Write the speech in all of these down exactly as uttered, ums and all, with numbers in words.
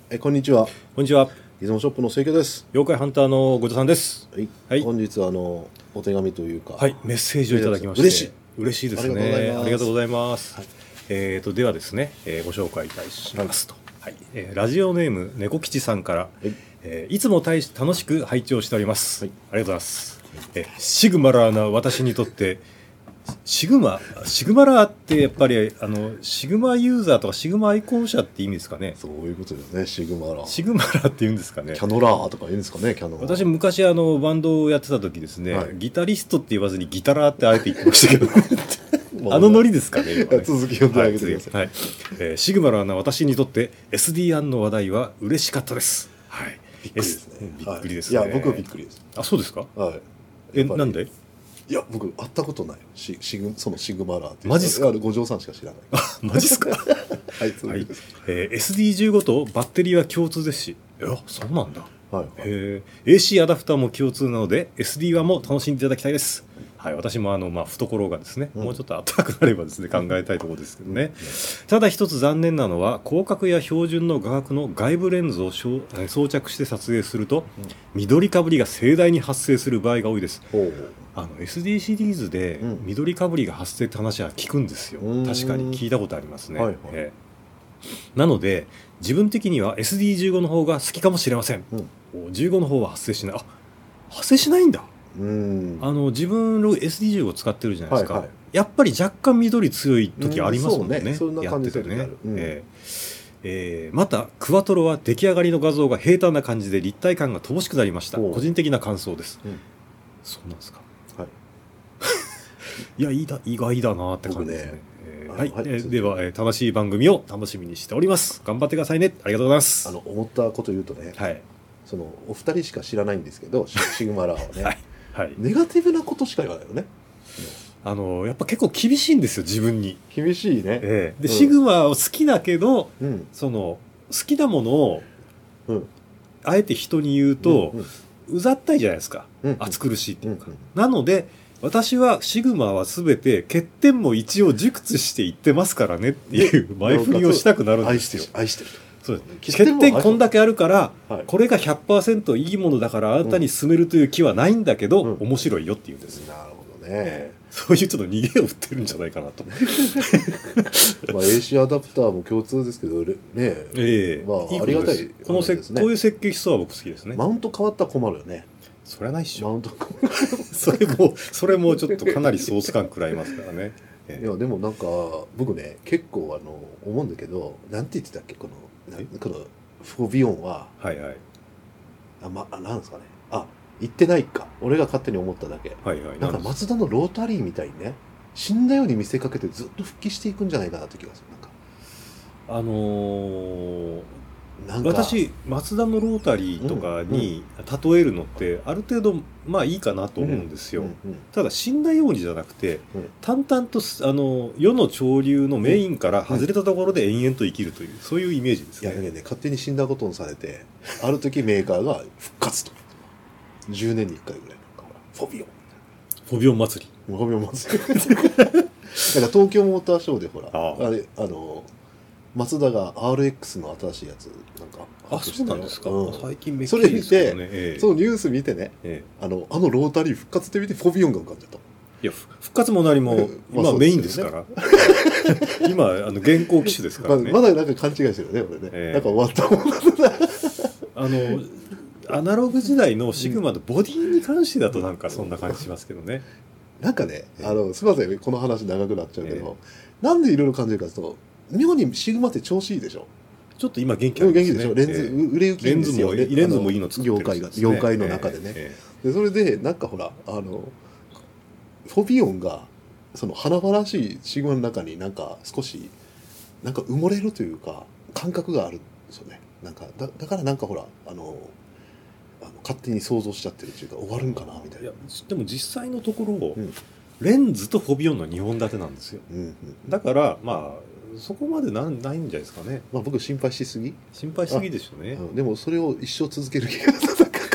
えこんにちは。 こんにちは。 ギズモショップの清家です。 妖怪ハンターのごじさんです。 はい、 はい、 本日はあのお手紙というか、 はい、メッセージをいただきまして嬉しい嬉しいですね。ありがとうございます。はい、えーとではですね、えー、ご紹介いたしますと、はいはい、えー、ラジオネーム猫吉さんから、はい、えー、いつも大し楽しく拝聴しております。はい、ありがとうございます。はい、えー、シグマラーな私にとってシグマシグマラーってやっぱりあのシグマユーザーとかシグマ愛好者って意味ですかね。 そういうことですね。シグマラー、 シグマラーって言うんですかね。 キャノラーとか言うんですかね。キャノラー。 私昔あのバンドをやってた時ですね、はい、ギタリストって言わずにギタラーってあえて言ってましたけどあのノリですかね。今ね続き読んであげてください。 はいはい、えー、シグマラーな私にとって エスディーワン の話題は嬉しかったです。はい、 びっくりですね。 びっくりですね。 はい、いや僕はびっくりです。 あ、そうですか。 はい。 え、なんで？ いや僕会ったことないシシグそのシグマラーってマジっすか。 五条さんしか知らない。 あ、マジっすか。 はい、 はい、えー、エスディーじゅうご とバッテリーは共通ですし、いやそうなんだ。はいはい、えー、エーシー アダプターも共通なので エスディーワン も楽しんでいただきたいです。はい、私もあの、まあ、懐がですね、うん、もうちょっと暖かくなればですね考えたいところですけどね、うん、ただ一つ残念なのは広角や標準の画角の外部レンズを装着して撮影すると、うん、緑かぶりが盛大に発生する場合が多いです。うん、あの エスディー シリーズで緑かぶりが発生って話は聞くんですよ。うん、確かに聞いたことありますね。はいはい、えー、なので自分的には エスディーじゅうご の方が好きかもしれません。うん、じゅうごの方は発生しない。あ、発生しないんだ。うんあの自分の エスディーじゅうご を使ってるじゃないですか、はいはい、やっぱり若干緑強い時ありますもんね、うん、そうね、やっててね、うん、えーえー、またクワトロは出来上がりの画像が平坦な感じで立体感が乏しくなりました。個人的な感想です、うん、そうなんですか。はい、いやいいだ意外だなって感じですね。えーはいはい、えー、では、えー、正しい番組を楽しみにしております。頑張ってくださいね。ありがとうございます。 あの思ったこと言うとね、はい、そのお二人しか知らないんですけどシグマラーはね、はいはい、ネガティブなことしか言わないよね。 あのやっぱ結構厳しいんですよ自分に。 厳しいね。 えー、で、うん、シグマを好きだけど、うん、その好きなものを、うん、あえて人に言うと、うんうん、うざったいじゃないですか、うんうん、暑苦しいっていうか、うんうん、なので私はシグマは全て欠点も一応熟知して言ってますからねっていう前振りをしたくなるんですよ。 愛してる。 そうです。欠点こんだけあるから、はい、これが ひゃくパーセント いいものだからあなたに勧めるという気はないんだけど、うん、面白いよっていうんです。 なるほどね。 そういうちょっと逃げを売ってるんじゃないかなと。まあ エーシー アダプターも共通ですけどね、えー、まあ、いいありがたい、ね、 このせこういう設計思想は僕好きですね。 マウント変わったら困るよね。 それはないっしょ。 マウントそれもそれもちょっとかなりソース感食らいますからね。 いやでもなんか僕ね結構あの思うんだけど、なんて言ってたっけ、このこのフォビオンは、はいはい、あ、ま、あ、なんですかね、あ、言ってないか、俺が勝手に思っただけ、はいはい、なんか松田のロータリーみたいにね、死んだように見せかけてずっと復帰していくんじゃないかなって気がする。なんかあのー、なんか私松田のロータリーとかに例えるのってある程度まあいいかなと思うんですよ、うんうんうん、ただ死んだようにじゃなくて、うん、淡々とあの世の潮流のメインから外れたところで延々と生きるという、うん、そういうイメージですね。 いやね、勝手に死んだことにされてある時メーカーが復活とじゅうねんにいっかいぐらいなんかフォビオンフォビオン祭りフォビオン祭りなんか東京モーターショーでほら あ, あれあのマツダが アールエックス の新しいやつなんかあ、そうなんですか、うん、最近めっちゃいいですよね。それ見て、ええ、そのニュース見てね、ええ、あのあのロータリー復活って見てフォビオンが浮かんでた。 いや復活も何も今メインですから、今あの現行機種ですからね。 まだなんか勘違いしてるね俺ね、ええ、なんか終わったもんだあのアナログ時代のシグマのボディに関してだとなんかそんな感じしますけどね。 なんかね、あのすみませんこの話長くなっちゃうけど、え、なんでいろいろ感じるかというと妙にシグマって調子いいでしょ。 ちょっと今元気あるんですね。 元気でしょ。レンズ、えー、売れ行きいいんですよ。 レンズもいいの作ってるんですね。業界が業界の中でね、えーえー、でそれでなんかほらあのフォビオンがその華々しいシグマの中になんか少しなんか埋もれるというか感覚があるんですよね。なんか だ, だからなんかほらあのあの勝手に想像しちゃってるっていうか終わるんかなみたいな。いやでも実際のところ、うん、レンズとフォビオンのにほん立てなんですよ、うんうん、だからまあそこまでな ないんじゃないですかね。 まあ僕心配しすぎ心配しすぎでしょうね、 うん、でもそれを一生続ける気が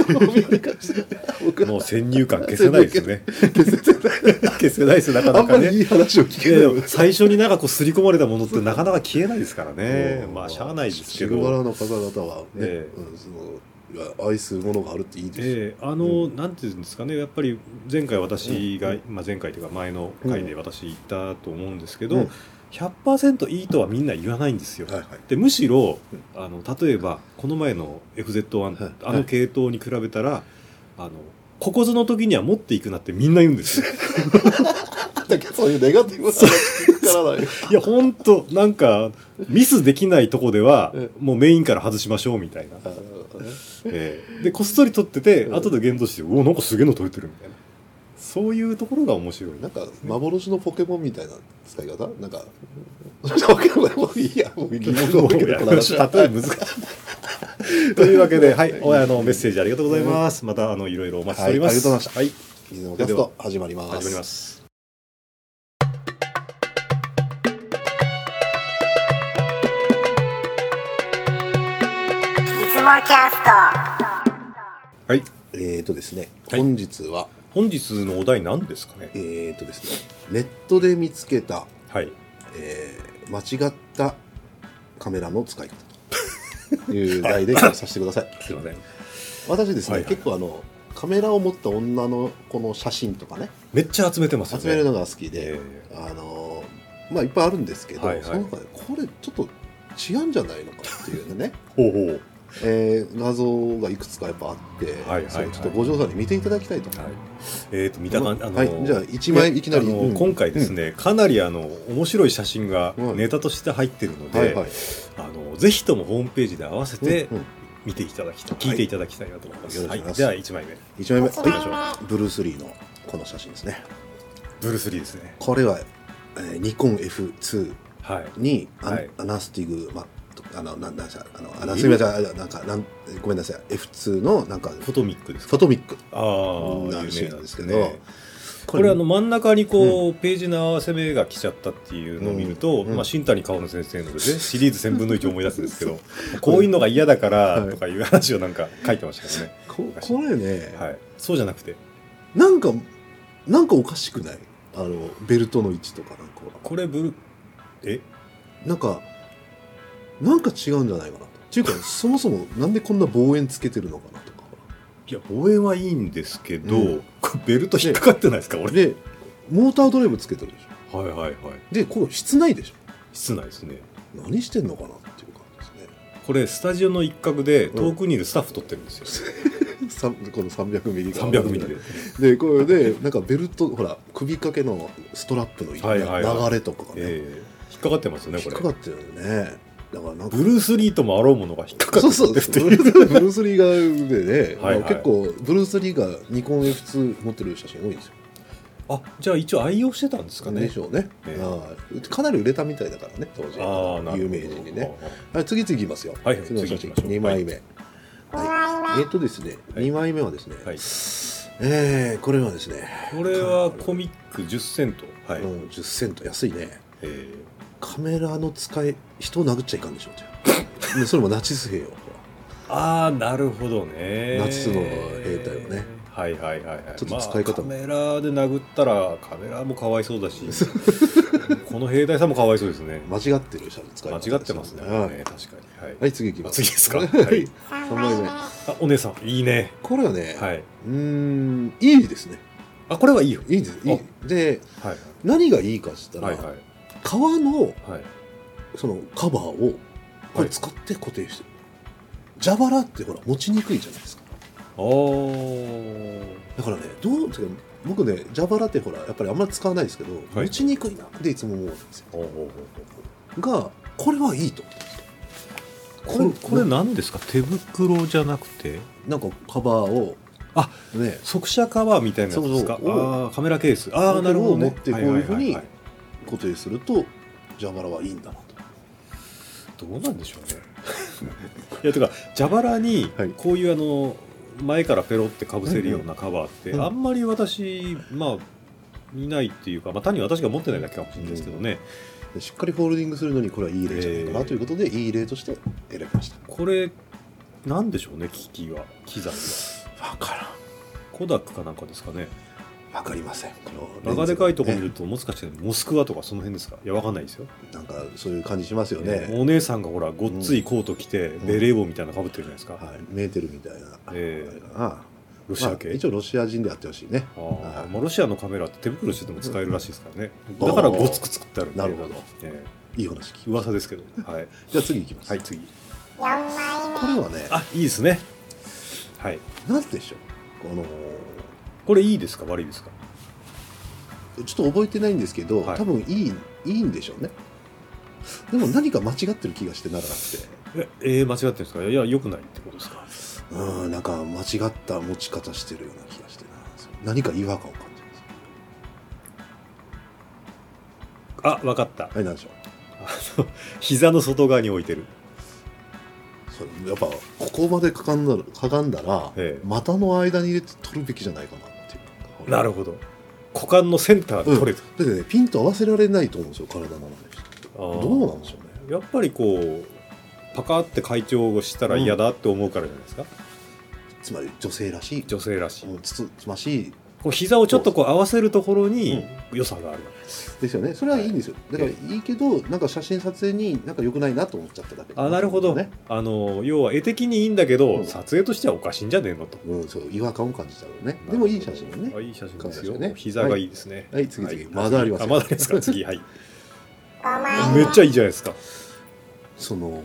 この帯に関してもう先入観消せないですね消せない消せないですなかなかね。 あんまりいい話を聞けない。 最初になんかこう刷り込まれたものってなかなか消えないですからね。まあしゃあないですけど。 シルバラの方々はね、えーうん、その愛するものがあるっていいですよ。 えー、あの、うん、なんていうんですかね、やっぱり前回私が、うん、まあ前回というか前の回で私言ったと思うんですけど。うん、ひゃくパーセント いいとはみんな言わないんですよ。はいはい、でむしろ、うん、あの例えばこの前の エフゼットワン、はい、あの系統に比べたら、はい、あのここぞの時には持っていくなってみんな言うんですよ。 だけどそういうネガティブな話聞かない。 いや本当なんかミスできないとこではもうメインから外しましょうみたいな。えー、でこっそり取ってて、うん、後で現像しておおなんかすげえの取れてるみたいな。そういうところが面白い、ね、 なんか幻のポケモンみたいな使い方なんかポケモンもういいやもう疑問が多いけど例え難しいというわけで、はい、親のメッセージありがとうございます。またあのいろいろお待ちしております。 はい、ありがとうございました。はい、水のキャスト始まります。 始まります。 水のキャスト。はい。えーとですね、本日は、はい、 本日のお題何ですかね。 えーとですね、ネットで見つけた、 はい、 えー、間違ったカメラの使い方という題でさせてください。 すいません。 私ですね、 はいはい、 結構あのカメラを持った女の子の写真とかね、 めっちゃ集めてますよね。 集めるのが好きで、えー、あのまあいっぱいあるんですけど、はいはい、その中でこれちょっと違うんじゃないのかっていうね。 ほうほう。 えー、画像がいくつかやっぱあって、はいはいはい、それちょっとご嬢さんに見ていただきたいと。はい、 えーと見た感じ、あのーはい、じゃあいちまいいきなり、 うん、今回ですね、うん、かなりあの面白い写真がネタとして入ってるので、はいはい、あのぜひともホームページで合わせて見ていただきたい、うんうん、聞いていただきたいなと思います。はいはい、じゃあいちまいめ。 いちまいめ、はい、はい、ブルース・リーのこの写真ですね。 ブルース・リーですね。 これは、えー、ニコン エフツー に、 はい、 アナスティグ、まあのなんだあのあのすみませんなんかなんごめんなさい エフツー のなんかフォトミックですか。 フォトミックああなるしいなんですけど、ね、 これあの真ん中にこう、うん、ページの合わせ目が来ちゃったっていうのを見ると、うんまあ、新谷香織先生のですねシリーズせんぶんのいちを思い出すんですけどこういうのが嫌だからとかいう話をなんか書いてましたよね。 こ, これね、 はい、そうじゃなくてなんかなんかおかしくない？あのベルトの位置とかなんかこれブルえなんかなんか違うんじゃないかなと。っていうかそもそもなんでこんな望遠つけてるのかなとか。 いや望遠はいいんですけど、うん、これベルト引っかかってないですか俺。 でモータードライブつけてるでしょ。はいはいはい。 でこれ室内でしょ。 室内ですね。 何してんのかなっていう感じですね。 これスタジオの一角で遠くにいるスタッフ撮ってるんですよ。 うん、このさんびゃくミリがさんびゃくミリででこれでなんかベルトほら首掛けのストラップの流れとかがね、えー、引っかかってますよねこれ。 引っかかってるよね。だからなんかブルース・リーともあろうものが引っかかってる。 そうそうブルース・リーがでね、はいはい、結構ブルース・リーがニコン エフツー 持ってる写真多いんですよ。 あじゃあ一応愛用してたんですかね。 でしょうね、えー、かなり売れたみたいだからね当時あ有名人にね。はい、次々いきますよ。 はい、 次の写真にまいめ、はいはい、えっとですね、はい、にまいめはですね、はい、えー、これはですねこれはコミックじゅっセント、はい、 うん、じゅっセント安いね。えーカメラの使い人を殴っちゃいかんでしょうとそれもナチス兵よ。 ああなるほどね。 ナチスの兵隊をね。 はいはいはいはい。 ちょっと使い方も、 まあ、カメラで殴ったらカメラもかわいそうだしこの兵隊さんもかわいそうですね。 間違ってる使い方、 ね、間違ってますね、はい、確かに、はい、 はい、次いきます。 次ですか。 はい、さんまいめ。 あお姉さんいいね。 これはね、 はい、 うーんいいですね。 あこれはいいよ。 いいですいいで、はい、何がいいかって言ったら、はいはい、革の、はい、そのカバーをこれ使って固定してる、はい、蛇腹ってほら持ちにくいじゃないですか。 あだからねどうですか僕ね蛇腹ってほらやっぱりあんまり使わないですけど、はい、持ちにくいなっていつも思うんですよ。がこれはいいと思うんですよ。これこれ何ですか。手袋じゃなくてなんかカバーをあね速射カバーみたいなやつですか。 そうそうあカメラケースああなるほど、ね、 持ってこういうふうに固定すると蛇腹はいいんだなと。 どうなんでしょうねいやとか蛇腹にこういうあの前からペロってかぶせるようなカバーってあんまり私まあ見ないっていうか、まあ、単に私が持ってないだけかもしれないですけどね、 うん、しっかりフォールディングするのにこれはいい例じゃないかなということで、えー、いい例として選びました。 これなんでしょうね機器は機材は分からん。 コダックかなんかですかね。 分かりません。この長でかいところ見るともしかしてモスクワとかその辺ですか。いや分かんないですよ。 なんかそういう感じしますよね。 お姉さんがほらごっついコート着て、うん、ベレー帽みたいなの被ってるじゃないですか、 はい、メーテルみたいな、 えー、ああロシア系、 まあ、一応ロシア人であってほしいね。 あ、はい、まあ、ロシアのカメラって手袋してても使えるらしいですからね、うん、だからごつく作ってあるんで。 なるほど、えー、いい話聞き噂ですけど、はい、 じゃあ次いきます。 はい、次これはね、 あ、いいですね。はい、 なんでしょう、このこれいいですか悪いですか。 ちょっと覚えてないんですけど、はい、多分いいいいんでしょうね。でも何か間違ってる気がしてならなくて。 ええー、間違ってるんですか。いや、良くないってことですか。 うん、なんか間違った持ち方してるような気がしてな。何か違和感を感じます。あ、分かった。 はい、何でしょう。 あの膝の外側に置いてる。 それやっぱここまでかかんだら、かがんだら、ええ、股の間に入れて取るべきじゃないかなっていう。 なるほど。股間のセンターで取れてる、 うん、だってね、ピンと合わせられないと思うんですよ、体のままで。どうなんでしょうね。 やっぱりこうパカって開帳をしたら嫌だって思うからじゃないですか、うん、 つまり女性らしい女性らしい、 うん、つつましいこう膝をちょっとこう合わせるところに良さがあるわけです、 うん、ですよね。それはいいんですよ。だからいいけど、なんか写真撮影になんか良くないなと思っちゃっただけ、ね、 あ、なるほど、ね、あの要は絵的にいいんだけど、うん、撮影としてはおかしいんじゃねえのと、 うん、そう違和感を感じちゃうね。でもいい写真よね。 あ、いい写真ですよね。膝がいいですね。 はい、はい、次次、はい、まだあります、 あ、まだありますか。次、はいめっちゃいいじゃないですか。 その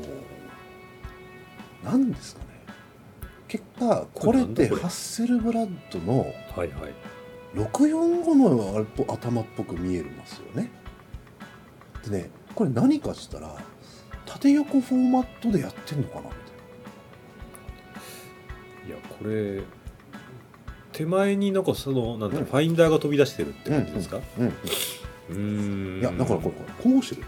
なんですかね、結果これってハッセルブラッドのはいはいろくよんごのあれっぽ頭っぽく見えますよね。でね、これ何かしたら縦横フォーマットでやってんのかなみたいな。いや、これ手前になんかそのなんだろう、うん、ファインダーが飛び出してるって感じですか。うんうんうん、 いや、だからこれこうしてる。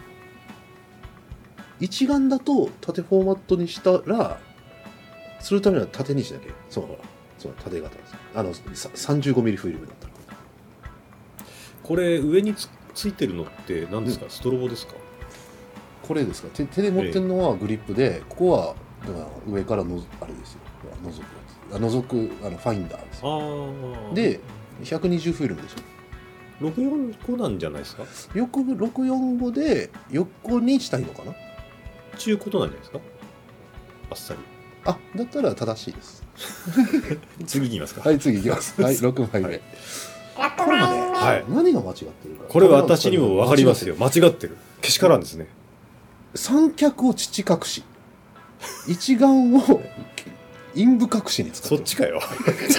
一眼だと縦フォーマットにしたら、するためには縦にしなきゃ。そうそう、縦型です。あの さんじゅうごミリ フィルムだったら。 これ上に つ, ついてるのって何ですか、うん、ストロボですか。 これですか。 手, 手で持ってるのはグリップで、ここはだから上からのあれですよ、覗くやつ、あ覗くあのファインダーですよ。あでひゃくにじゅうフィルムでしょ。 ろくよんごなんじゃないですか。 横ろくよんごで横にしたいのかなちゅうことなんじゃないですか。あっさり。 あ、だったら正しいです。 次いきますか。 はい、次いきます。はい、ろくまいめ。はい、これはね、はい、何が間違ってるか。 これは私にも分かりますよ。間違ってる。けしからんですね。 三脚を父隠し、一眼を陰部隠しに使ってる。 そっちかよ。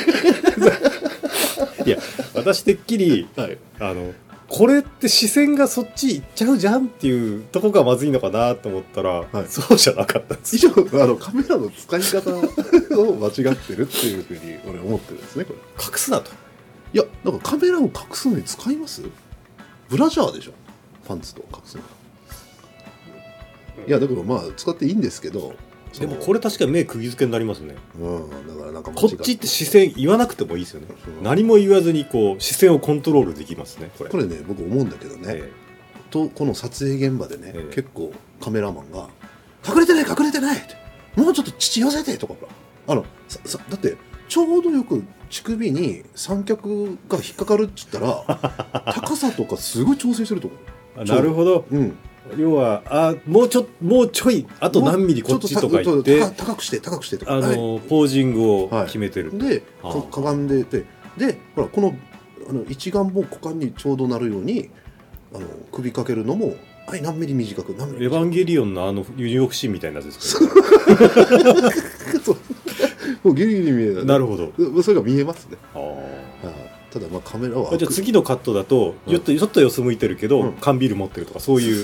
いや、私てっきり、はい、あのこれって視線がそっち行っちゃうじゃんっていうとこがまずいのかなと思ったら、はい、そうじゃなかったんです。 以上、あのカメラの使い方を間違ってるっていうふうに俺思ってるんですね。これ隠すなと。 いや、だからカメラを隠すのに使います？ブラジャーでしょ、パンツと隠すの。いや、だからまあ使っていいんですけど、 でもこれ確かに目釘付けになりますね。 うん、だからなんかこっちって視線言わなくてもいいですよね。何も言わずにこう視線をコントロールできますね。これこれね、僕思うんだけどね、えー、とこの撮影現場でね、えー、結構カメラマンが隠れてない隠れてないってもうちょっと乳寄せてとか、あのささだってちょうどよく乳首に三脚が引っかかるっつったら高さとかすごい調整してると思う。 なるほど。うん。要はあもうちょもうちょいあと何ミリこっちとか言って高くして高くしてとか、 あの、はい、ポージングを決めてる、 はい、でかがんでて、でほらこのあの一眼も股間にちょうどなるようにあの首かけるのも、はい、何ミリ短く何ミリエヴァンゲリオンのあのユニオクシンみたいなやつですか。 そうもうギリギリ見えない。 なるほど。 それが見えますね。ああ。 ただまあカメラはじゃあ次のカットだと、うん、ちょっとちょっと様子向いてるけど、うん、缶ビール持ってるとかそういう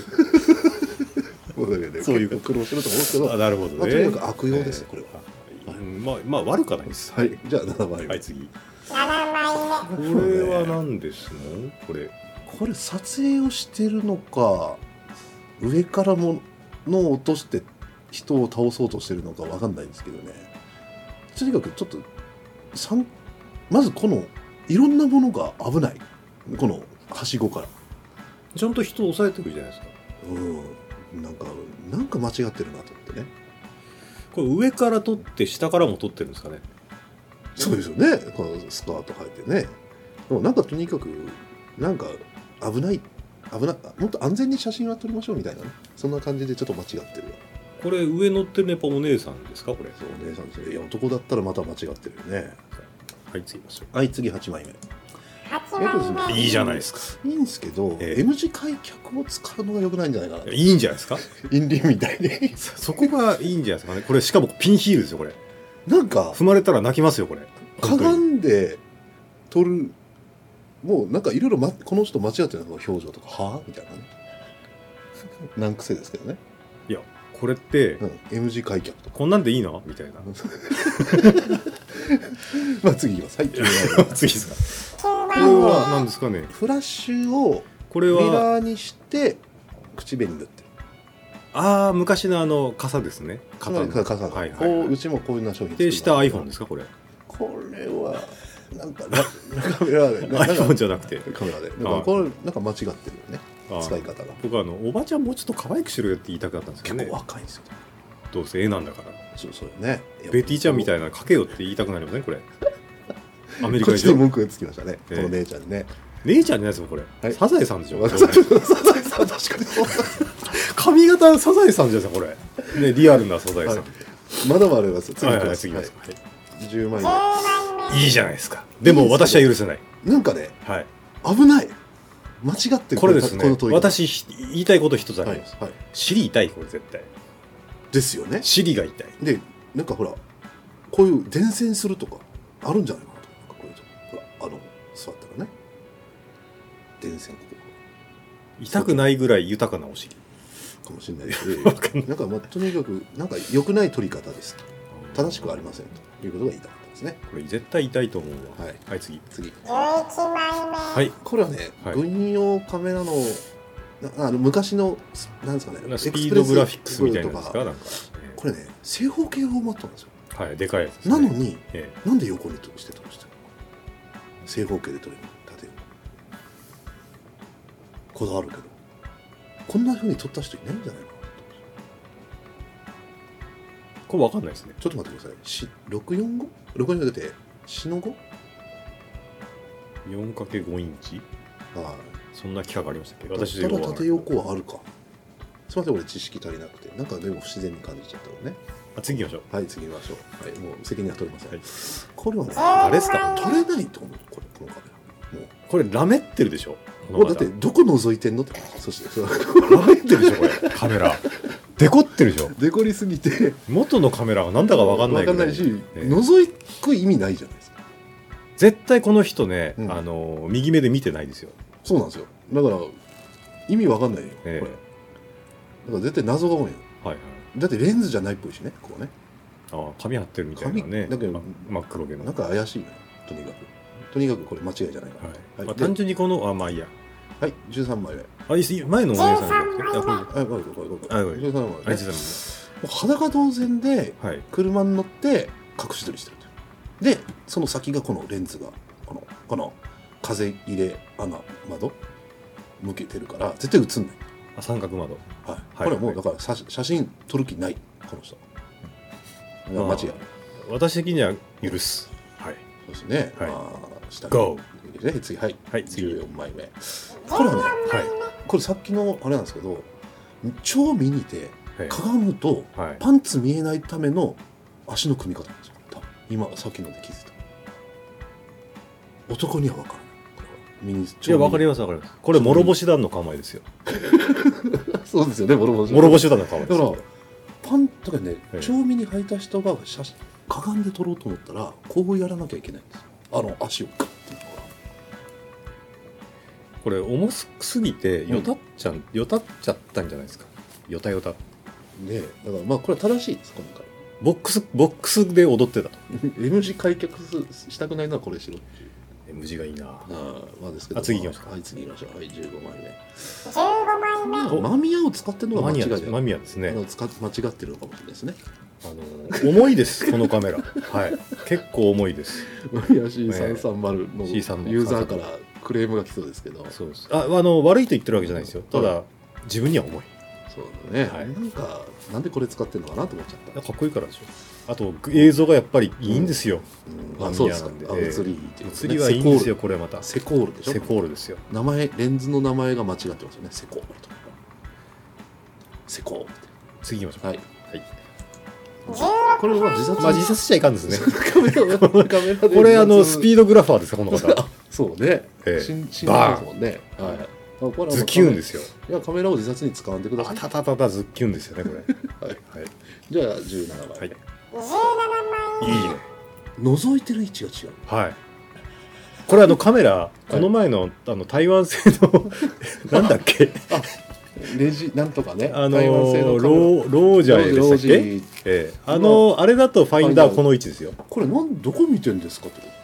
そういう苦労してると思うんですけど、 あ、なるほどね。 まあ、とにかく悪用です、えー、これは、 はい、まあまあ悪くはないです。 はい、じゃあななまいめ。 はい、次ななまいめ。これは何ですの？これこれ撮影をしてるのか上からものを落として人を倒そうとしてるのか分かんないんですけどね、とにかくちょっとまずこのいろんなものが危ない。このはしごからちゃんと人を押さえてくるじゃないですか。 うん、なんかなんか間違ってるなと思ってね。 これ上から撮って下からも撮ってるんですかね。 そうですよね、このスカート履いてね。でもなんかとにかくなんか危ない危なもっと安全に写真は撮りましょうみたいなね、そんな感じでちょっと間違ってるわ。 これ上乗ってるのやっぱお姉さんですかこれ。 そうお姉さんですね。いや男だったらまた間違ってるよね。 はい次ましょう。はい次はちまいめ。 いいじゃないですか。 いいんですけど、えー、M 字開脚を使うのが良くないんじゃないかな。 いいんじゃないですか。 インリンみたいにそこがいいんじゃないですかね。これしかもピンヒールですよこれ。 なんか踏まれたら泣きますよこれ。 かがんで撮る、もうなんかいろいろこの人間違ってるの表情とかはあみたいなね難癖ですけどね。 いやこれって、 うん、M 字開脚とかこんなんでいいのみたいなまあ次いきます。はい次ですか。これは何ですかね。 フラッシュをこれはミラーにして口紅塗ってる。 ああ昔のあの傘ですね。 傘の傘、はいはいはい、うちもこういうような商品でした iPhone ですかこれ。 これはなんかカメラで iPhone じゃなくてカメラでなんかこれなんか間違ってるよね使い方が。 僕はあのおばちゃんもうちょっと可愛くしろよって言いたかったんですけどね。 結構若いんですよ。 どうせ絵なんだから。 そうそうね。 ベティちゃんみたいなかけよって言いたくなりますねこれ。アメリカで文句がつきましたね、えー、この姉ちゃんにね。 姉ちゃんじゃないですよこれ、はい、サザエさんでしょ。 サザエさん確かにそう髪型サザエさんじゃないですかこれね。リアルなサザエさん、はい、 まだまだあります。次いきます。 次いきます。 じゅうまいめ。 いいじゃないですか。でも私は許せない。 なんかね、 はい、 危ない間違ってる。 これですね。私言いたいこと一つあります、 はいはい、 尻痛いこれ絶対ですよね。 尻が痛いでなんかほらこういう伝染するとかあるんじゃないかなと。こういうほらあの座ったらね伝染ここ痛くないぐらい豊かなお尻かもしれないしなんかまあとにかくなんか良くない取り方です正しくありませんということが言いたかったですね。 これ絶対痛いと思うわ。はい、はい、次次はい、 これはね、はい、軍用カメラのあの昔のなんですかねスピードグラフィックスみたいなですか。なんかこれね正方形フォーマットなんですよ。 はい、でかいやつです、 ね、なのに、 ええ、なんで横にして撮るしてるの。正方形で撮れるの縦こだわるけどこんな風に撮った人いないんじゃないかな。 これ分かんないですね。 ちょっと待ってください。ろくよんご ろくよんご出てよんの ごよんかけるご インチ。はい、そんな企画ありましたっけ。私ただ縦横はあるか。すみません俺知識足りなくてなんかでも不自然に感じちゃったのね。 あ次行きましょう。 はい次行きましょう。はい、もう責任は取れません、はい、これはね誰ですか。 取れないと思う。これこのカメラもうこれラメってるでしょ。 もうだってどこ覗いてんのって。そしてラメってるでしょこれカメラデコってるでしょ。 デコりすぎて元のカメラがなんだか分かんない分かんないし、ね、覗く意味ないじゃないですか。 絶対この人ね、うん、あの右目で見てないですよ。 そうなんですよ。だから意味分かんないよ、えー、これだから絶対謎が多いよ。はいはい。だってレンズじゃないっぽいしねこうね。 ああ紙貼ってるみたいなね。だけど真っ黒けのなんか怪しいなとにかくとにかくこれ間違いじゃないかな、 はいはい。まあ、単純にこのあまあいいや。 はいじゅうさんまいめ。 あいい前のお姉さんじゃなくてあこれあこれこれこれこれこれじゅうさんまいめ、ね、 あじゅうさんまいめ裸同然で車に乗って隠し撮りしてると。でその先がこのレンズがこのこの風入れ穴窓向けてるから絶対映んない。 あ三角窓、 はい、これはもうだから写真撮る気ないこの人。間違い。 私的には許す。はい。 そうですね。 はい。 まあ、下に。 ね、次、はい。 はい、 じゅうよんまいめ。これはね、はい。これさっきのあれなんですけど、超見にて、かがむと、パンツ見えないための足の組み方なんですよ。今、さっきので気づいた。男には分からない。 ミニいや分かります分かります。これ諸星団の構えですよ。 そうですよね諸星諸星団の構えです。 だからパンとかね超ミニ履いた人が写真かがんで撮ろうと思ったらこうやらなきゃいけないんですよ。あの足をガッていうのがこれ重すぎてよたっちゃ、うん、よたっちゃったんじゃないですか。よたよたねえだからまあこれは正しいです今回。 ボックスボックスで踊ってたと。 M 字開脚したくないのはこれしろっていう。 M 字がいいな。あまあですけど。 あ次行きましょう。 はい次行きましょう。はいじゅうごまいめ。 じゅうごまいめ。 マミヤを使ってるのが間違いで。 マミヤですね。 使っ間違ってるのかもしれないですね。 あの重いですこのカメラ。はい。結構重いです。 マミヤ シーさんさんまる のユーザーからクレームが来そうですけど。 そうです。ああの悪いと言ってるわけじゃないですよ。ただ自分には重い。 そうだね、はい、なんかなんでこれ使ってるのかなと思っちゃった。 かっこいいからでしょ。あと映像がやっぱりいいんですよ、 うんうん、あそうですか。あ映りいいっていう、ね、 映りはいいんですよ。これまたセコールでしょ。 セコールですよ。 名前レンズの名前が間違ってますよね。セコールとセコール。 次行きましょう。 はい、はい、これは自殺、 まあ、自殺しちゃいかんですねカメラカメラでこれあのスピードグラファーですか、この方そうね、ええ、死んでますもんね。はい、 ズッキュンですよ。 いやカメラを自殺に使わんでください。 たたたたズッキュンですよねこれはい、はい、 じゃあじゅうななまい、はい、 いいね。 覗いてる位置が違う。 はい。これあのカメラこの前の、はい、あの台湾製のなんだっけあレジなんとかね、 あのー、ローロージャーでしたっけ、ええ、あのー、あれだとファインダーこの位置ですよ。 これなんどこ見てんですかってこと、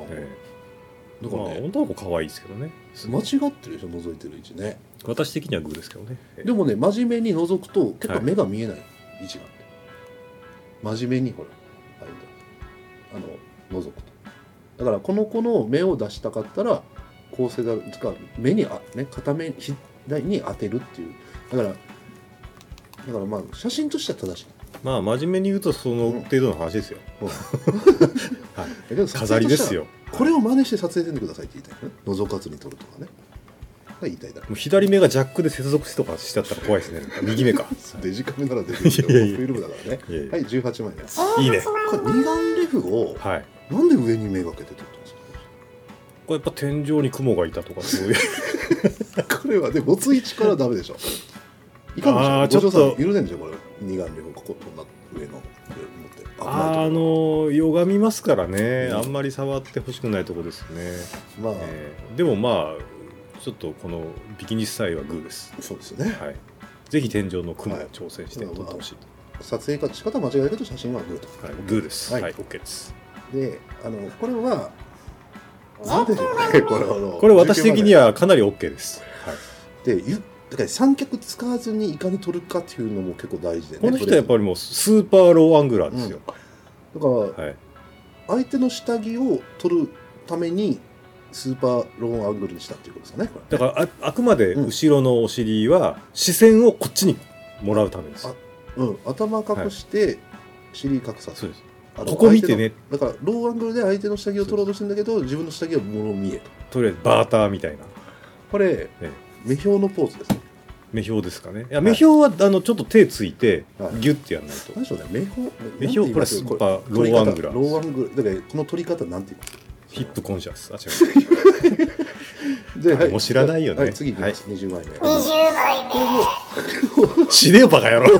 ええ、だからね、まあ、女の子可愛いですけどね。 間違ってるでしょ、覗いてる位置ね。 私的にはグーですけどね。 でもね、真面目に覗くと結構目が見えない位置があって、はい、真面目にほらあの覗くと、だからこの子の目を出したかったらこうせざるか目にあね片目左に当てるっていう、だからだからまあ写真としては正しい。 まあ真面目に言うとその程度の話ですよ、うんうんはい、 飾りですよ。 これを真似して撮影してくださいって言いたいね。覗かずに撮るとかね言いたいだ。 もう左目がジャックで接続してとかしちゃったら怖いですね。右目かデジカメなら出てるけどフィルムだからね。いやいやはい、じゅうはちまいね。 いいね。 これ二眼レフを、はい、なんで上に目がけて撮ったんですか。 これやっぱ天井に雲がいたとかそういうこれはで持つ位置からダメでしょ。いかんでしょ。ちょっと許せんでしょこれ。二眼レフこここんな上の持ってあの歪みますからね、うん、あんまり触ってほしくないところですね。まあ、えー、でもまあちょっとこのビキニスタイルはグーです。 そうですね。 はい。ぜひ天井の雲を挑戦して撮ってほしいと。 まあ、撮影か仕方間違えるけど写真はグーと。 はい、グーです。はい、はい、OK です。 で、あのこれはなんでしょうね。これあのこれ私的にはかなり OK です。はい。 で、ゆだから三脚使わずにいかに撮るかっていうのも結構大事でね。 この人はやっぱりもうスーパーローアングラーですよ。 うん、だから、はい、相手の下着を撮るためにスーパーローアングルにしたっていうことですかね。これねだから あ, あくまで後ろのお尻は視線をこっちにもらうためです。 うん、頭隠して尻隠さず、はい、そうです。 ここ見てね。 だからローアングルで相手の下着を撮ろうとしてるんだけど自分の下着はもろ見えと。とりあえずバーターみたいな。 これ、ね、目標のポーズですね。 目標ですかね。いや目標はあのちょっと手ついてギュッてやらないと。 何でしょうね。目標目標これスーパーローアングラー。 ローアングルだからこの撮り方なんて言いますか。 ヒップコンシャス。あ違う。で、はい、もう知らないよね。 はい、次いきます。はい、にじゅうまいめ。にじゅうまいめ。 死ねよバカ野郎。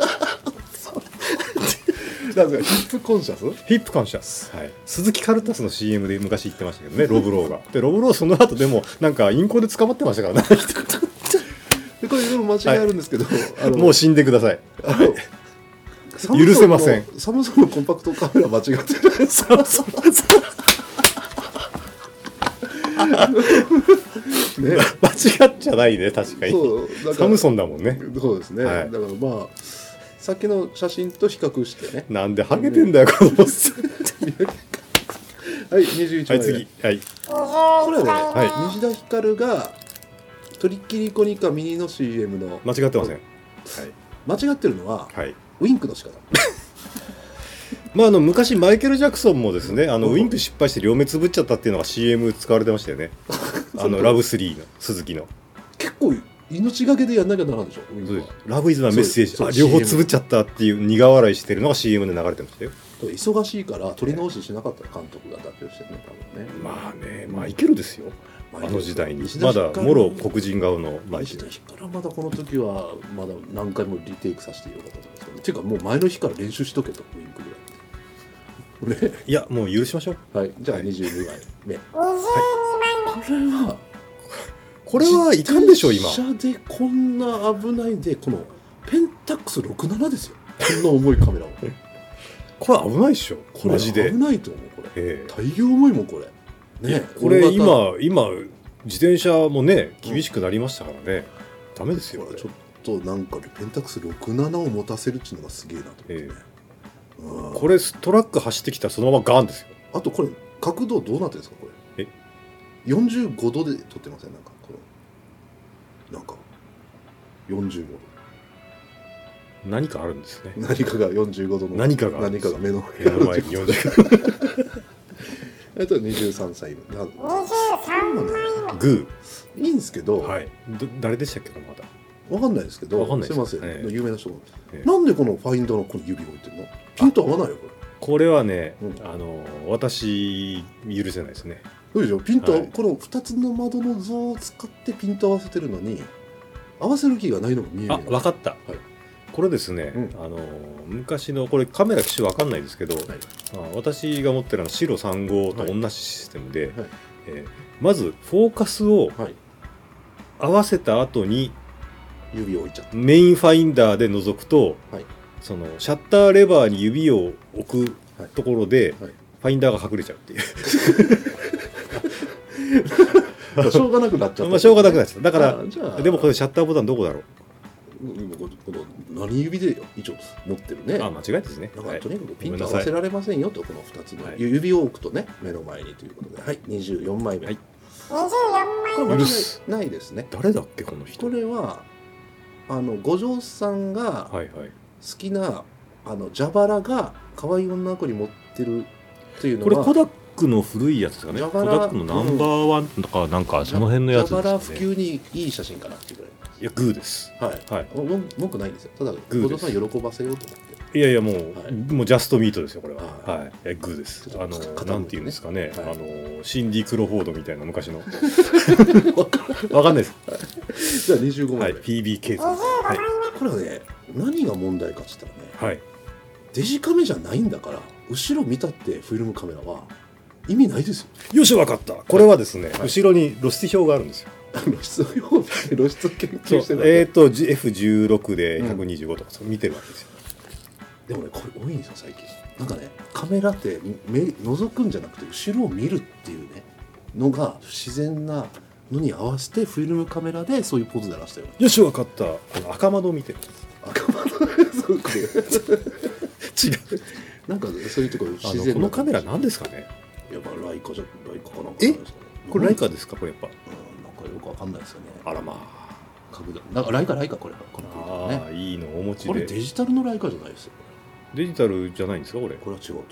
なんかヒップコンシャス？ ヒップコンシャス。はい。鈴木カルタスの シーエム で昔言ってましたけどね、ロブローが。でロブローその後でもなんかインコで捕まってましたからね。 でこれいろいろ間違いあるんですけど、はい、 あのもう死んでください。あの許せません。 サムソンのコンパクトカメラ間違ってない。サムソン。ね、 間違っちゃないね確かに。サムソンだもんね。 そうですね。はい、だからまあさっきの写真と比較してね。 なんでハゲてんだよこのボス。 はい、にじゅういちまいめ。 はい次。はい。 これはね、はい、西田ひかるがとりっきりコニカミニの シーエム の間違ってません。はい。 間違ってるのは、はい、ウインクの仕方。 まあ、あの昔マイケル・ジャクソンもですねあのウインク失敗して両目つぶっちゃったっていうのが シーエム 使われてましたよね。あのラブスリーの鈴木の結構命がけでやんなきゃならんでしょ。 ラブイズなメッセージ、あ両方つぶっちゃったっていう苦笑いしてるのが シーエム で流れてましたよ。 忙しいから撮り直ししなかった監督が妥協してるね多分ね。 まあねマイケルですよあの時代にまだもろ黒人顔のマイケル。 西田ひかるはまだこの時はまだ何回もリテイクさせてよかったと思うんですけど、ね、っていうかもう前の日から練習しとけとウインクぐらい。 ね、いやもう許しましょう。 はい、じゃあにじゅうにまいめ。 はい、 これはこれはいかんでしょう今。 自転車でこんな危ないでこのペンタックスろくじゅうななですよ。こんな重いカメラを。 これ危ないでしょ。これマジで危ないと思うこれ。えー、大量重いもんこれ。 ねこれ今今自転車もね厳しくなりましたからね。うん、ダメですよ。 ちょっとなんかペンタックスろくじゅうななを持たせるっていうのがすげえなと思ってね。えーこれトラック走ってきたらそのままガンですよ。 あとこれ角度どうなってるんですかこれ。えよんじゅうごどで撮ってませんなんかこのなんかよんじゅうごど何かあるんですね。 何かがよんじゅうごどの何かが何かが目の目の前によんじゅうごあとはにじゅうさんさいのにじゅうさんまいめ。 グいいんですけど、 ー、はい、ど誰でしたっけこの方。 わかんないですけど、 わかんないですいません、 ええ有名な人が、 ええなんでこのファインダーのこの指を置いてるの？ピント合わないよこれ。 これはね、 うんあの私許せないですね。 そうでしょ、ピント、 はいこのふたつの窓の像を使ってピント合わせてるのに合わせる気がないのが見える。 あ、分かった、 はい、 これですね、 うんあの昔のこれカメラ機種分かんないですけど、 はい、 あ私が持ってるのは白さん号と同じシステムで、 はいえーまずフォーカスをはい、 合わせた後に指を置いちゃった。 メインファインダーで覗くと、 はい、 そのシャッターレバーに指を置くところで、 はい、 ファインダーが隠れちゃうっていうしょうがなくなっちゃった。 まあしょうがなくなっちゃった。だからあじゃあでもこれシャッターボタンどこだろう。 今この何指で一応持ってるね。 あ、間違いですね。 だからとにかくピンごめんなさいト合わせられませんよと、このふたつの、 はい指を置くとね目の前にということで、はい、にじゅうよんまいめ、 はいにじゅうよんまいめ。 これ間違許すいないですね。 誰だっけこの人。 これはあの五条さんがはいはい。 好きなあの蛇腹が可愛い女の子に持ってるっていうのは、 これコダックの古いやつですかね。コ蛇腹ダックのナンバーワンとかなんかその辺のやつ蛇腹普ですね。 及にいい写真かなっていうぐらい。 いやグーです。 はい、 はい。 も文句ないんですよ。ただグーです五条さん喜ばせようと思って。 いやいやもう、 はいもうジャストミートですよこれは。 はいはい。いやグーです。 ちょっとあの傾いてねなんていうんですかね。 はいあのシンディ・クロフォードみたいな昔の。わかんないです。 じゃあにじゅうごまはいい。 め、 ピービー ケース。はい。 これはね何が問題かっつったらね、 はい。 デジカメじゃないんだから後ろ見たってフィルムカメラは意味ないですよ。 よしわかった。これはですね、 はい後ろに露出表があるんですよ。 露出を見て露出研そう究してるわけえっ、ー、と エフじゅうろく でひゃくにじゅうごとかそう見てるわけですよ。 でもねこれ多いんですよ最近。なんかねカメラって目覗くんじゃなくて後ろを見るっていうねのが不自然なのに合わせてフィルムカメラでそういうポーズで出したよ。 よしわかった。この赤窓を見てる。 赤窓そうこれ違う。 なんかそういうところあの自然なこのカメラ何ですかね。 やっぱライカじゃライカかなんかえじゃないですかね。 これライカですかこれやっぱ。 うん、なんかよくわかんないですよね。 あらまあ。 角度なんかライカライカこれこのね。 ああいいのをお持ちこれで。 デジタルのライカじゃないですよ。 デジタルじゃないんですかこれ。 これは違うと。うん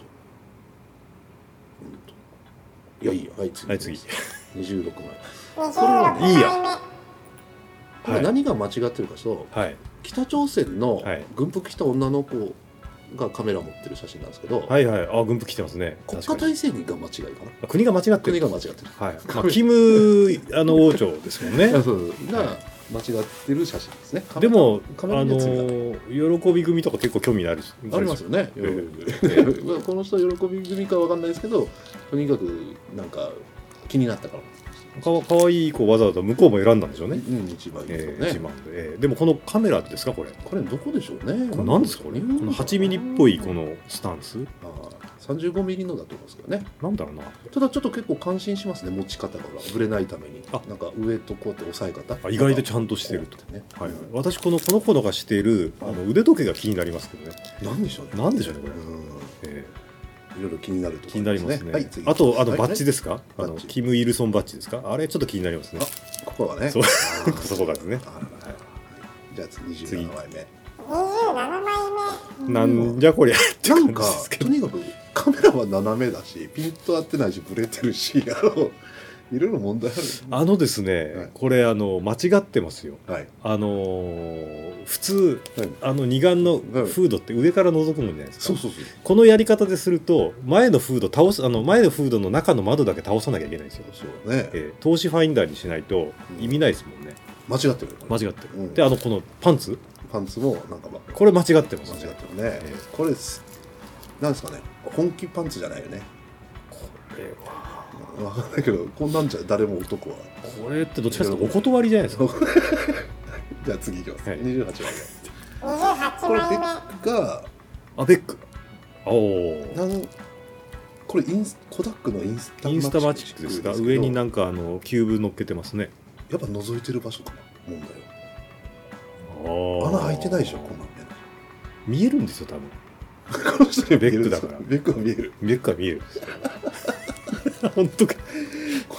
といやいいよはい次。 はい次。 にじゅうろくまい。 にじゅうろくまいめ。 いいやこれ何が間違ってるかと、 はい北朝鮮のはい軍服着た女の子がカメラ持ってる写真なんですけど、 はいはい。あ軍服来てますね。 国家確かに体制が間違いかな。 あ国が間違って国る。 が間違ってる。 はい。まあキムあの王朝ですもんね。 あそうが間違ってる写真ですね。 でもカメラあのにはついてない喜び組とか結構興味あるし。 ありますよね。 ええこの人は喜び組かわかんないですけど、とにかくなんか気になったから。 かわかわいい子わざわざ向こうも選んだんでしょうね。 うん、一番いいですよね。 えー、一番で、えーでもこのカメラですかこれ。 これどこでしょうね。 これ何ですかこれ。このはちミリっぽいこのスタンス。 ああさんじゅうごミリのだと思いますけどね。 なんだろうな。 ただちょっと結構感心しますね、持ち方がぶれないために。 あなんか上とこうやって押さえ方。 あ意外とちゃんとしてると。 ね。 はいはい。私このこの子のがしているあの腕時計が気になりますけどね。 なんでしょうね。 なんでしょうねこれ。 うん。 えいろいろ気になるところー気になりますね。 はい、次あとあのはいバッジですか。あのバッジキムイルソンバッジですか。あれちょっと気になりますね。 あここはね。 そうあーそこがですね。 あらららじゃあ次にじゅうななまいめ。 にじゅうななまいめ。 なんじゃこりゃって感じなんかですけど。 とにかくカメラは斜めだしピント合ってないしブレてるしあのいろいろ問題ある。 あのですね、 はいこれあの間違ってますよ。 はい。 あのー普通はいあの二眼のフードって上から覗くもんじゃないですか。 そうそうそう。 このやり方ですると前のフード倒すあの前のフードの中の窓だけ倒さなきゃいけないんですよ。 そうね。 えー投資ファインダーにしないと意味ないですもんね。 間違ってる。 間違ってる。 うんであのこのパンツパンツもなんかまこれ間違ってますね。 間違ってるね。 えこれですなんですかね。本気パンツじゃないよね。 これはわかんないけどこんなんじゃ誰も男は。 これってどっちかというとお断りじゃないですか。 じゃあ次いきます。 はいにじゅうはちまいめ。 にじゅうはちこれベまいめ。 ックがあベック。おお。 なんこれインスコダックのインスタインスタマチックですがけど上になんかあのキューブ乗っけてますね。 やっぱ覗いてる場所かな問題あは。穴開いてないでしょこんなんね。 見えるんですよ多分。 この人にベックだからベックが見える。 ベックは見えるんですよ。本当か。 こ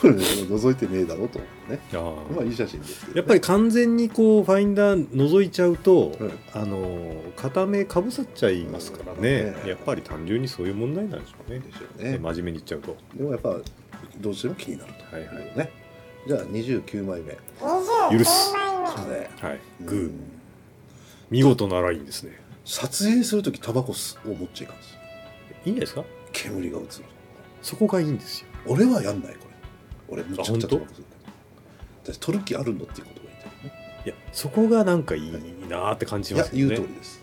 これ、ね、覗いてねえだろうと思ってね。あまあいい写真ですけど、ね、 やっぱり完全にこうファインダー覗いちゃうと、うん、あの片目かぶさっちゃいますからね、うん、やっぱり単純にそういう問題なんでしょうね。でしょうね。真面目に言っちゃうと。 でもやっぱどうしても気になると。はいはいね。じゃあにじゅうきゅうまいめ。 許す。ね、はい。グー、うん。見事なラインですね。 撮影するときタバコを持っちゃいかんです。 いいんですか？ 煙が映る。 そこがいいんですよ。 俺はやんないこれ。俺むちゃくちゃタバコ吸うけど。私撮る気あるのっていうことが言ってるね。 いやそこがなんかいいなーって感じますよね。 いや言う通りです。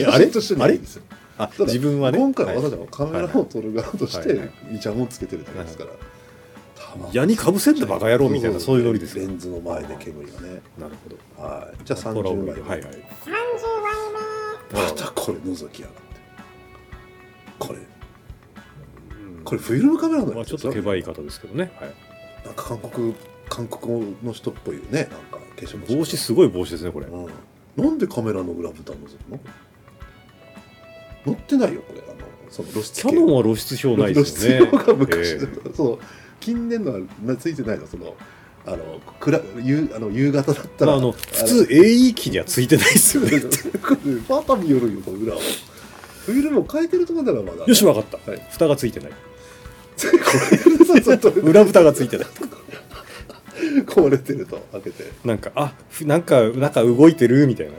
あれとしてないんですよ。 あ自分はね。 今回は私はカメラを撮る側としてイチャモンつけてるじゃないですから。 矢にかぶせってバカ野郎みたいなそういうノリですよ。 レンズの前で煙がね。 なるほど。 はい。じゃあさんじゅうまいめ。はいはい。さんじゅうまいめ。またこれ覗きやがって。これ。これフィルムカメラのやつですよ。まあちょっとけばいい方ですけどね。はい。 なんか韓国韓国の人っぽいよね。なんか化粧帽子すごい帽子ですねこれ。 なんでカメラの裏ボタン覗くの？載ってないよこれ。あのその露出。 キャノンは露出表ないですよね。 露出表が昔のそう。近年のはついてないのそのあのくら夕あの夕方だったら、 まあ、あの普通 エーイー 機にはついてないですよね。 パタ見よるよと裏をフィルムを変えてるところならまだ、ね、 よし分かった、はい、蓋がついてない裏蓋がついてない壊れてると開けてなんかあなんかなんか動いてるみたいな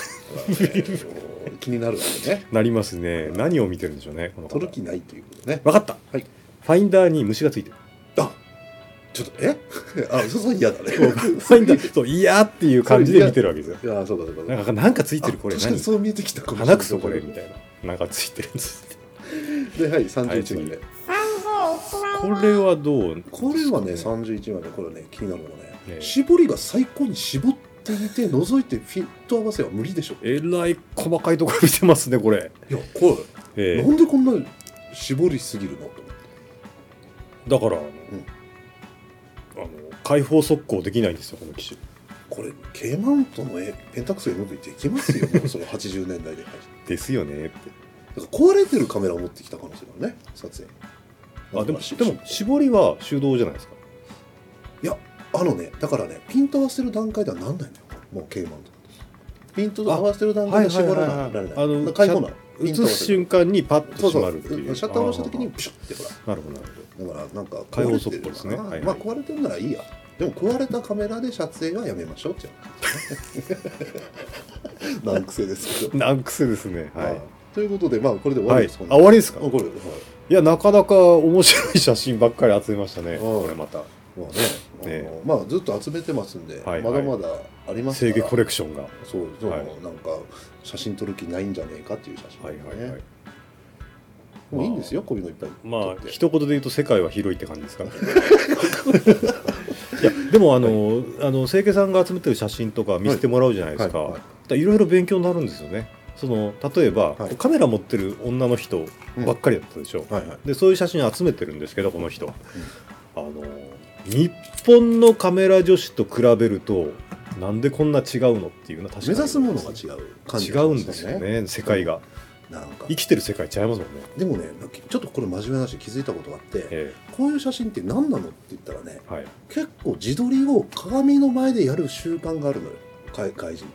気になるわけね。 なりますね。何を見てるんでしょうねこの方。 撮る気ないということね。 分かった、はい、ファインダーに虫がついてる。 あちょっとえあそうそう嫌だね。 ファインダーそう嫌っていう感じで見てるわけですよ。 いやそうだそうだ。 なんかなんかついてるこれ何？そう見えてきたかもしれない。 鼻くそこれみたいななんかついてるんです。 ではいさんじゅういちまいめ。これはどう？ これはねさんじゅういちまいめこれね気になるのがね、ね絞りが最高に絞っていて覗いてフィット合わせは無理でしょ。 えらい細かいところ見てますねこれ。 いやこれ、えー、なんでこんな絞りすぎるのと思って。 だから、うん、あの開放速攻できないんですよこの機種。 これ K マウントのペンタックス エムブイ できますよもうそのはちじゅうねんだいでですよねって。 だから壊れてるカメラを持ってきた可能性がね撮影。 あでもでも絞りは手動じゃないですか。 いやあのねだからねピント合わせる段階ではなんないのよもう K マウントピント合わせる段階で絞らないられない。あの開放な打つ瞬間にパッと閉まるっていう。 シャッターを押した時にプシュッてほら。 なるほどなるほど。だからなんか開放速度ですね。 はいはい、まあ壊れてるならいいや。でも壊れたカメラで撮影はやめましょうっていう。難癖ですけど。 難癖ですね。はい。 ということでまあこれで終わりです。 はい、あ終わりですか。 これ、はい、 いやなかなか面白い写真ばっかり集めましたね。これまた。 まあね、ねまあずっと集めてますんで、はいはい、まだまだありますから。 制御コレクションが。 そうそう、はい、なんか写真撮る気ないんじゃねえかっていう写真、ね。はいはいはい。もういいんですよ、まあ、こういうのいっぱい。 まあ一言で言うと世界は広いって感じですか。いやでもあの、はい、あの清家さんが集めてる写真とか見せてもらうじゃないですか。はいはいはい、いろいろ勉強になるんですよね。その例えば、はい、カメラ持ってる女の人ばっかりだったでしょ。うんはいはい、でそういう写真集めてるんですけどこの人。うん、あの日本のカメラ女子と比べるとなんでこんな違うのっていうのは確かに目指すものが違う感じ、 ね、違うんですよね世界が。なんか生きてる世界違いますもんね。 でもねちょっとこれ真面目な話気づいたことがあって、ええ、こういう写真って何なのって言ったらね、はい、結構自撮りを鏡の前でやる習慣があるのよ外人って。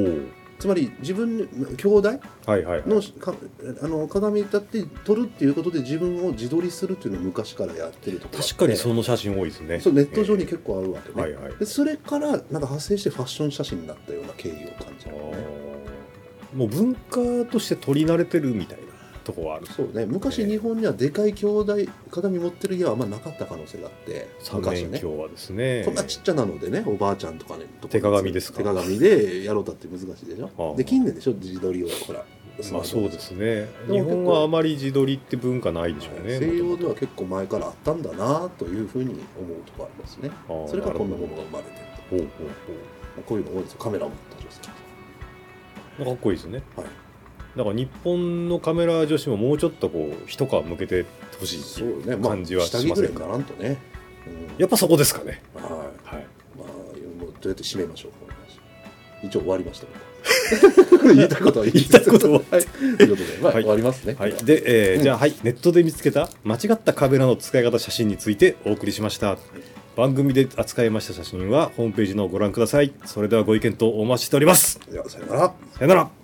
おつまり自分兄弟の、はいはいはい、かあの鏡に立って撮るっていうことで自分を自撮りするっていうのを昔からやってるとか。 確かにその写真多いですね。 そうネット上に結構あるわけね、えーはいはい、でそれからなんか派生してファッション写真になったような経緯を感じるよね。 もう文化として撮り慣れてるみたいなとこはある。 そうね昔日本にはでかい兄弟鏡持ってる家はあんまなかった可能性があって三面鏡はですねこんなちっちゃなのでねおばあちゃんとかね手鏡ですか。 手鏡でやろうたって難しいでしょ。で近年でしょ自撮りをほら。 まあそうですね。日本はあまり自撮りって文化ないでしょうね。 西洋では結構前からあったんだなというふうに思うところありますね。それからこんなものが生まれてると。ほうほうほう。こういうの多いですよカメラを持った女性。 かっこいいですね。はい。だから日本のカメラ女子ももうちょっとこう一皮向けてほしいっていう感じはしますね。 下着ぐらいならんとね、 うん。やっぱそこですかね。 はい。はい。まあもうどうやって締めましょうこの話。一応終わりました。 言いたいことは言いたいことははいということで、まあ、はい、終わりますね。 はい、で、えーうん、じゃあはいネットで見つけた間違ったカメラの使い方写真についてお送りしました。番組で扱いました写真はホームページのご覧ください。それではご意見とお待ちしております。 ではさよなら。さよなら。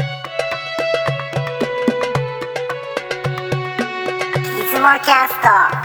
いつもキャスト